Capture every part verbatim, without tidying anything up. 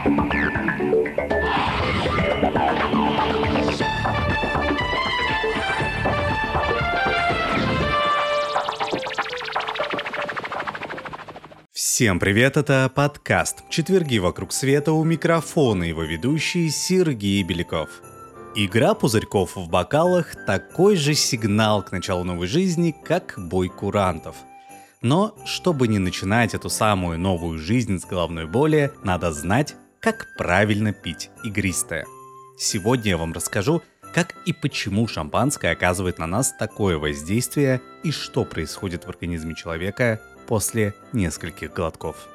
Всем привет, это подкаст «Четверги вокруг света», у микрофона его ведущий Сергей Беляков. Игра пузырьков в бокалах – такой же сигнал к началу новой жизни, как бой курантов. Но, чтобы не начинать эту самую новую жизнь с головной боли, надо знать, как правильно пить игристое. Сегодня я вам расскажу, как и почему шампанское оказывает на нас такое воздействие и что происходит в организме человека после нескольких глотков.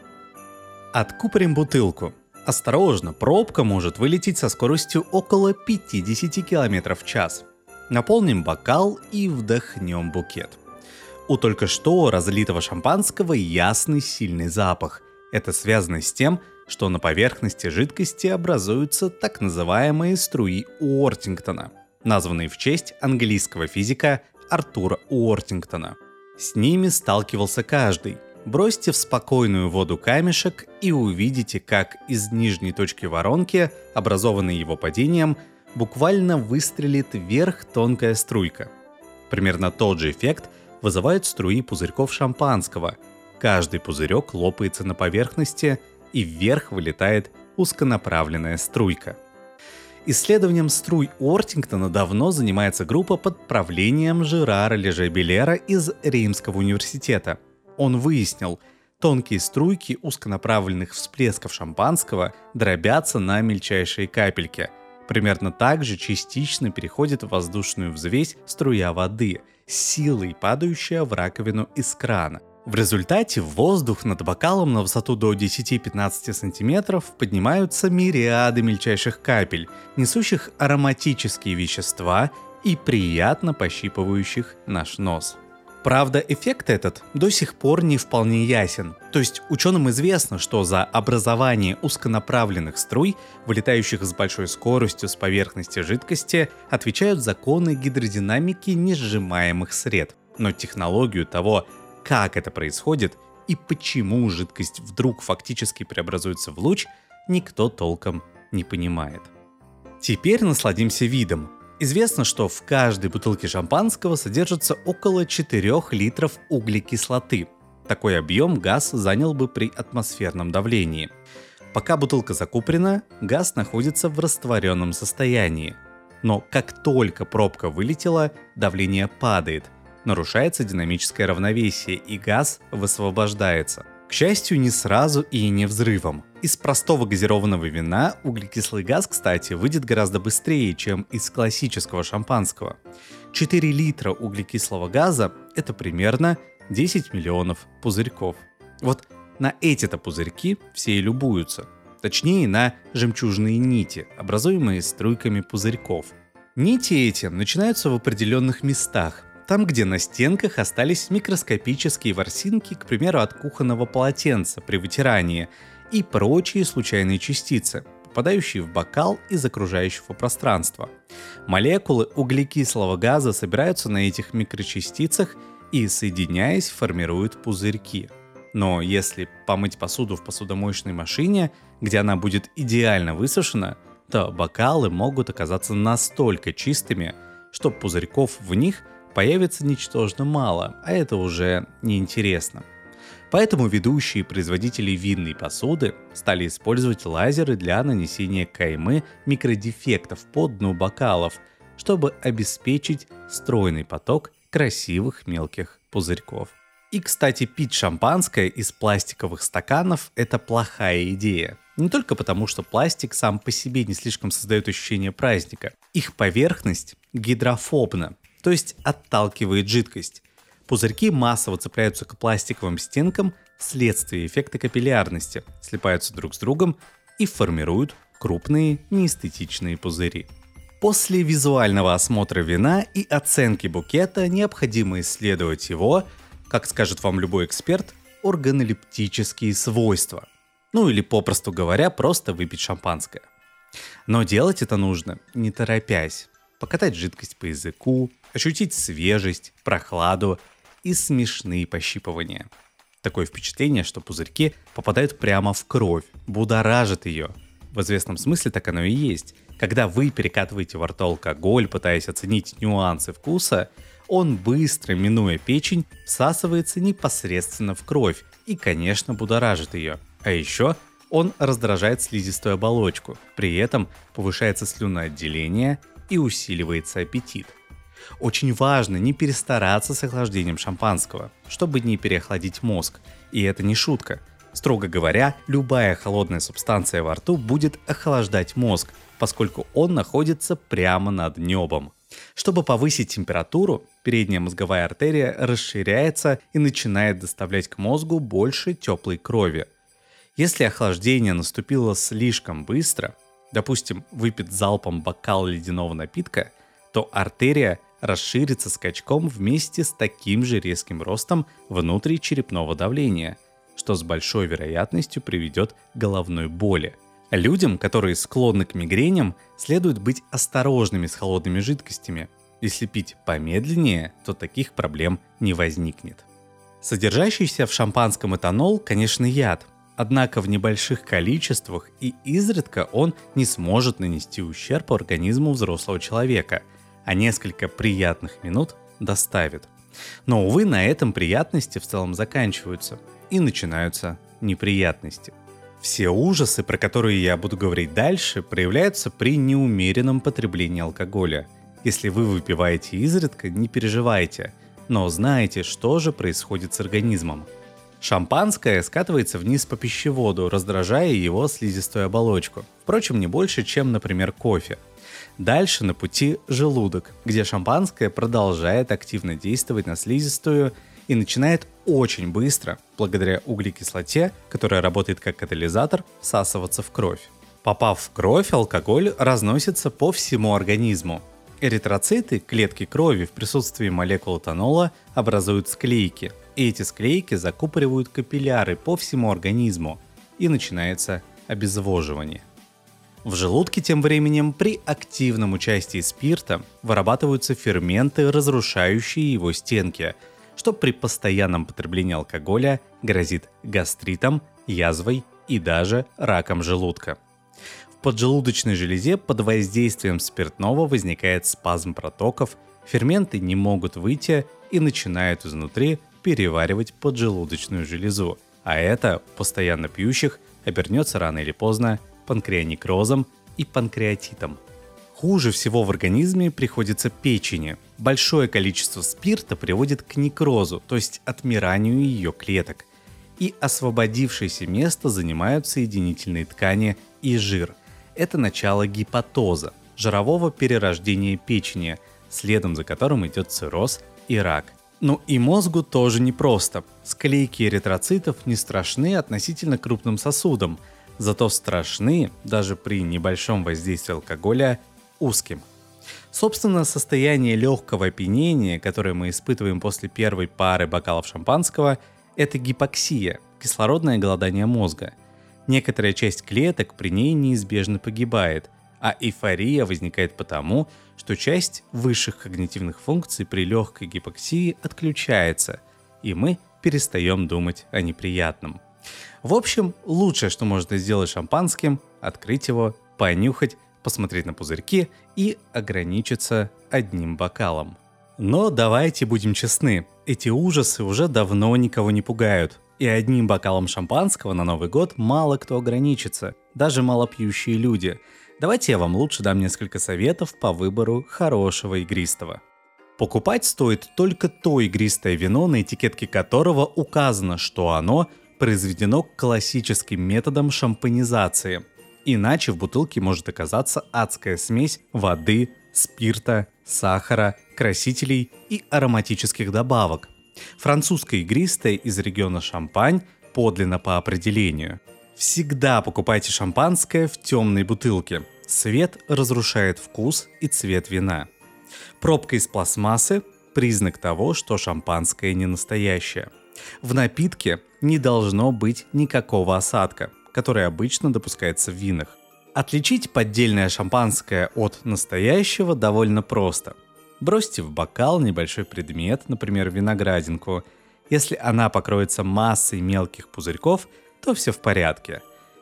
Откупорим бутылку. Осторожно, пробка может вылететь со скоростью около пятьдесят километров в час. Наполним бокал и вдохнем букет. У только что разлитого шампанского ясный сильный запах. Это связано с тем, что на поверхности жидкости образуются так называемые струи Уортингтона, названные в честь английского физика Артура Уортингтона. С ними сталкивался каждый. Бросьте в спокойную воду камешек и увидите, как из нижней точки воронки, образованной его падением, буквально выстрелит вверх тонкая струйка. Примерно тот же эффект вызывают струи пузырьков шампанского. Каждый пузырек лопается на поверхности, и вверх вылетает узконаправленная струйка. Исследованием струй Уортингтона давно занимается группа под правлением Жерара Леже-Беллера из Реймского университета. Он выяснил, тонкие струйки узконаправленных всплесков шампанского дробятся на мельчайшие капельки. Примерно так же частично переходит в воздушную взвесь струя воды, силой падающая в раковину из крана. В результате в воздух над бокалом на высоту до десять-пятнадцать сантиметров поднимаются мириады мельчайших капель, несущих ароматические вещества и приятно пощипывающих наш нос. Правда, эффект этот до сих пор не вполне ясен. То есть ученым известно, что за образование узконаправленных струй, вылетающих с большой скоростью с поверхности жидкости, отвечают законы гидродинамики несжимаемых сред. Но технологию того, как это происходит и почему жидкость вдруг фактически преобразуется в луч, никто толком не понимает. Теперь насладимся видом. Известно, что в каждой бутылке шампанского содержится около четырёх литров углекислоты. Такой объем газ занял бы при атмосферном давлении. Пока бутылка закупорена, газ находится в растворенном состоянии. Но как только пробка вылетела, давление падает. Нарушается динамическое равновесие, и газ высвобождается. К счастью, не сразу и не взрывом. Из простого газированного вина углекислый газ, кстати, выйдет гораздо быстрее, чем из классического шампанского. четыре литра углекислого газа – это примерно десять миллионов пузырьков. Вот на эти-то пузырьки все и любуются. Точнее, на жемчужные нити, образуемые струйками пузырьков. Нити эти начинаются в определенных местах. Там, где на стенках остались микроскопические ворсинки, к примеру, от кухонного полотенца при вытирании, и прочие случайные частицы, попадающие в бокал из окружающего пространства. Молекулы углекислого газа собираются на этих микрочастицах и, соединяясь, формируют пузырьки. Но если помыть посуду в посудомоечной машине, где она будет идеально высушена, то бокалы могут оказаться настолько чистыми, что пузырьков в них появится ничтожно мало, а это уже неинтересно. Поэтому ведущие производители винной посуды стали использовать лазеры для нанесения каймы микродефектов по дну бокалов, чтобы обеспечить стройный поток красивых мелких пузырьков. И, кстати, пить шампанское из пластиковых стаканов – это плохая идея. Не только потому, что пластик сам по себе не слишком создает ощущение праздника. Их поверхность гидрофобна, то есть отталкивает жидкость. Пузырьки массово цепляются к пластиковым стенкам вследствие эффекта капиллярности, слипаются друг с другом и формируют крупные неэстетичные пузыри. После визуального осмотра вина и оценки букета необходимо исследовать его, как скажет вам любой эксперт, органолептические свойства. Ну или, попросту говоря, просто выпить шампанское. Но делать это нужно не торопясь. Покатать жидкость по языку, ощутить свежесть, прохладу и смешные пощипывания. Такое впечатление, что пузырьки попадают прямо в кровь, будоражат ее. В известном смысле так оно и есть. Когда вы перекатываете во рту алкоголь, пытаясь оценить нюансы вкуса, он быстро, минуя печень, всасывается непосредственно в кровь и, конечно, будоражит ее. А еще он раздражает слизистую оболочку, при этом повышается слюноотделение и усиливается аппетит. Очень важно не перестараться с охлаждением шампанского, чтобы не переохладить мозг. И это не шутка. Строго говоря, любая холодная субстанция во рту будет охлаждать мозг, поскольку он находится прямо над небом. Чтобы повысить температуру, передняя мозговая артерия расширяется и начинает доставлять к мозгу больше теплой крови. Если охлаждение наступило слишком быстро, допустим, выпит залпом бокал ледяного напитка, то артерия расширится скачком вместе с таким же резким ростом внутричерепного давления, что с большой вероятностью приведет к головной боли. Людям, которые склонны к мигреням, следует быть осторожными с холодными жидкостями. Если пить помедленнее, то таких проблем не возникнет. Содержащийся в шампанском этанол, конечно, яд, однако в небольших количествах и изредка он не сможет нанести ущерб организму взрослого человека, а несколько приятных минут доставит. Но, увы, на этом приятности в целом заканчиваются, и начинаются неприятности. Все ужасы, про которые я буду говорить дальше, проявляются при неумеренном потреблении алкоголя. Если вы выпиваете изредка, не переживайте, но знайте, что же происходит с организмом. Шампанское скатывается вниз по пищеводу, раздражая его слизистую оболочку. Впрочем, не больше, чем, например, кофе. Дальше на пути желудок, где шампанское продолжает активно действовать на слизистую и начинает очень быстро, благодаря углекислоте, которая работает как катализатор, всасываться в кровь. Попав в кровь, алкоголь разносится по всему организму. Эритроциты, клетки крови в присутствии молекул этанола, образуют склейки, и эти склейки закупоривают капилляры по всему организму, и начинается обезвоживание. В желудке тем временем при активном участии спирта вырабатываются ферменты, разрушающие его стенки, что при постоянном потреблении алкоголя грозит гастритом, язвой и даже раком желудка. В поджелудочной железе под воздействием спиртного возникает спазм протоков, ферменты не могут выйти и начинают изнутри переваривать поджелудочную железу, а это у постоянно пьющих обернется рано или поздно панкреонекрозом и панкреатитом. Хуже всего в организме приходится печени. Большое количество спирта приводит к некрозу, то есть отмиранию ее клеток. И освободившееся место занимают соединительные ткани и жир. Это начало гепатоза, жирового перерождения печени, следом за которым идет цирроз и рак. Ну и мозгу тоже непросто. Склейки эритроцитов не страшны относительно крупным сосудам, зато страшны даже при небольшом воздействии алкоголя узким. Собственно, состояние легкого опьянения, которое мы испытываем после первой пары бокалов шампанского, это гипоксия, кислородное голодание мозга. Некоторая часть клеток при ней неизбежно погибает, а эйфория возникает потому, что часть высших когнитивных функций при легкой гипоксии отключается, и мы перестаем думать о неприятном. В общем, лучшее, что можно сделать шампанским, открыть его, понюхать, посмотреть на пузырьки и ограничиться одним бокалом. Но давайте будем честны, эти ужасы уже давно никого не пугают. И одним бокалом шампанского на Новый год мало кто ограничится, даже малопьющие люди. Давайте я вам лучше дам несколько советов по выбору хорошего игристого. Покупать стоит только то игристое вино, на этикетке которого указано, что оно произведено классическим методом шампанизации. Иначе в бутылке может оказаться адская смесь воды, спирта, сахара, красителей и ароматических добавок. Французское игристое из региона Шампань подлинно по определению. Всегда покупайте шампанское в темной бутылке. Свет разрушает вкус и цвет вина. Пробка из пластмассы – признак того, что шампанское не настоящее. В напитке не должно быть никакого осадка, который обычно допускается в винах. Отличить поддельное шампанское от настоящего довольно просто. Бросьте в бокал небольшой предмет, например, виноградинку. Если она покроется массой мелких пузырьков, то все в порядке.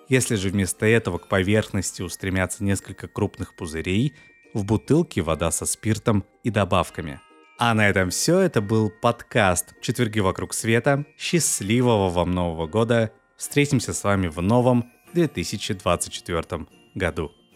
Если же вместо этого к поверхности устремятся несколько крупных пузырей, в бутылке вода со спиртом и добавками. А на этом все. Это был подкаст «Четверги вокруг света». Счастливого вам Нового года! Встретимся с вами в новом две тысячи двадцать четвёртом году.